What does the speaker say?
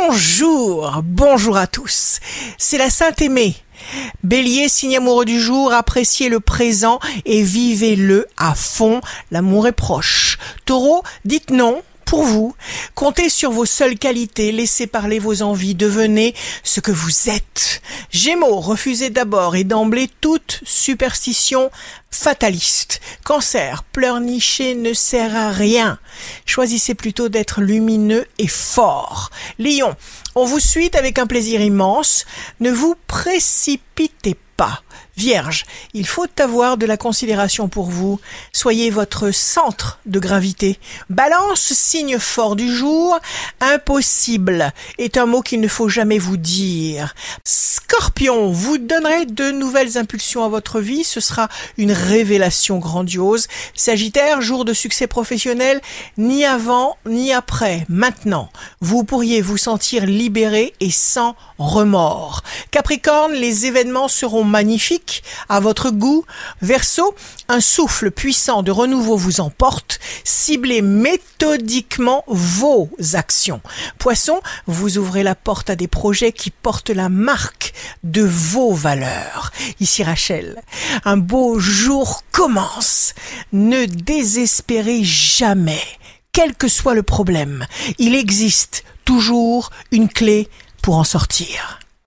Bonjour à tous. C'est la Sainte Aimée. Bélier, signe amoureux du jour, appréciez le présent et vivez-le à fond. L'amour est proche. Taureau, dites non. Pour vous, comptez sur vos seules qualités, laissez parler vos envies, devenez ce que vous êtes. Gémeaux, refusez d'abord et d'emblée toute superstition fataliste. Cancer, pleurnicher ne sert à rien. Choisissez plutôt d'être lumineux et fort. Lion, on vous suit avec un plaisir immense, ne vous précipitez pas. Vierge, il faut avoir de la considération pour vous. Soyez votre centre de gravité. Balance, signe fort du jour. Impossible est un mot qu'il ne faut jamais vous dire. Scorpion, vous donnerez de nouvelles impulsions à votre vie. Ce sera une révélation grandiose. Sagittaire, jour de succès professionnel, ni avant ni après. Maintenant, vous pourriez vous sentir libéré et sans remords. Capricorne, les événements seront magnifiques à votre goût. Verseau, un souffle puissant de renouveau vous emporte. Ciblez méthodiquement vos actions. Poisson, vous ouvrez la porte à des projets qui portent la marque de vos valeurs. Ici Rachel, un beau jour commence. Ne désespérez jamais. Quel que soit le problème, il existe toujours une clé pour en sortir.